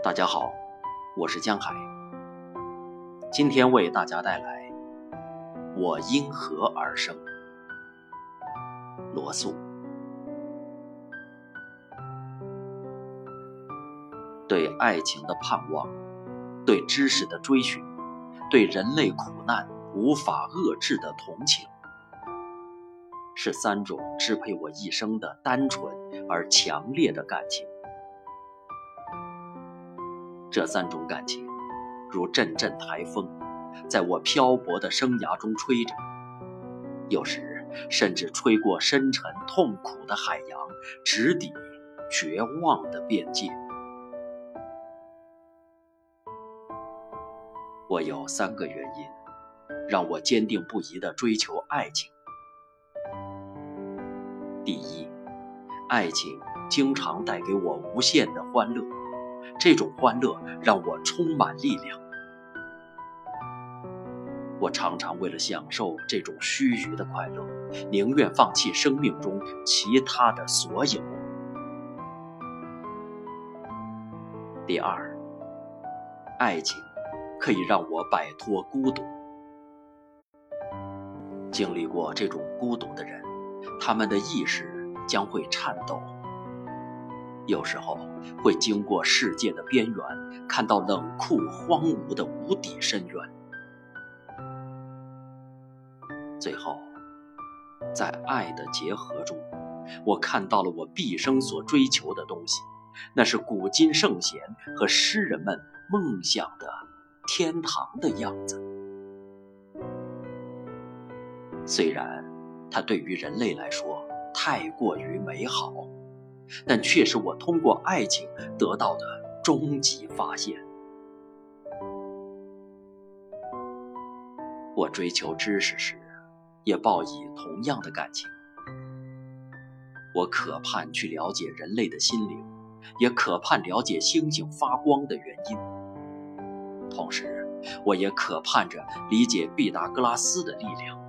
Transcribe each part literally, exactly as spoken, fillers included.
大家好，我是江海，今天为大家带来我因何而生。罗素。对爱情的盼望，对知识的追寻，对人类苦难无法遏制的同情，是三种支配我一生的单纯而强烈的感情。这三种感情如阵阵台风，在我漂泊的生涯中吹着，有时甚至吹过深沉痛苦的海洋，直抵绝望的边界。我有三个原因让我坚定不移地追求爱情。第一，爱情经常带给我无限的欢乐，这种欢乐让我充满力量。我常常为了享受这种须臾的快乐，宁愿放弃生命中其他的所有。第二，爱情可以让我摆脱孤独。经历过这种孤独的人，他们的意识将会颤抖，有时候会经过世界的边缘，看到冷酷荒芜的无底深渊。最后，在爱的结合中，我看到了我毕生所追求的东西，那是古今圣贤和诗人们梦想的天堂的样子。虽然它对于人类来说太过于美好，但却是我通过爱情得到的终极发现。我追求知识时，也抱以同样的感情。我渴盼去了解人类的心灵，也渴盼了解星星发光的原因。同时，我也渴盼着理解毕达哥拉斯的力量。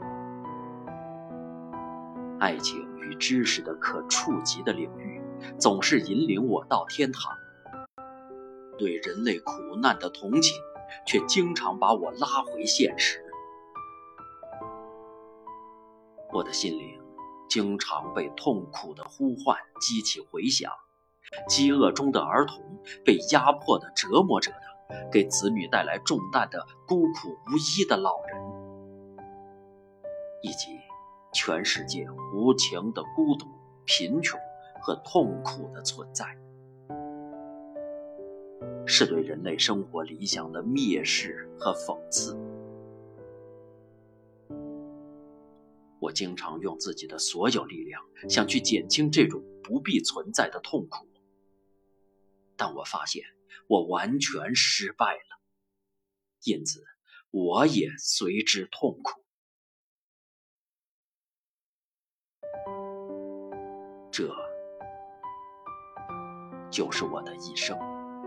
爱情与知识的可触及的领域，总是引领我到天堂。对人类苦难的同情，却经常把我拉回现实。我的心灵经常被痛苦的呼唤激起回响，饥饿中的儿童，被压迫的折磨着的，给子女带来重担的孤苦无依的老人，以及全世界无情的孤独、贫穷和痛苦的存在，是对人类生活理想的蔑视和讽刺。我经常用自己的所有力量想去减轻这种不必存在的痛苦，但我发现我完全失败了，因此我也随之痛苦。这就是我的一生。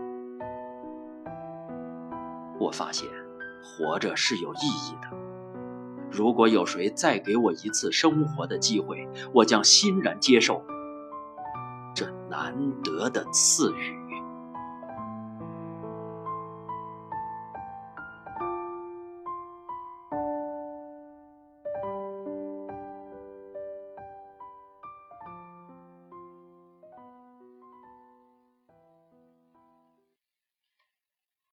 我发现活着是有意义的。如果有谁再给我一次生活的机会，我将欣然接受这难得的赐予。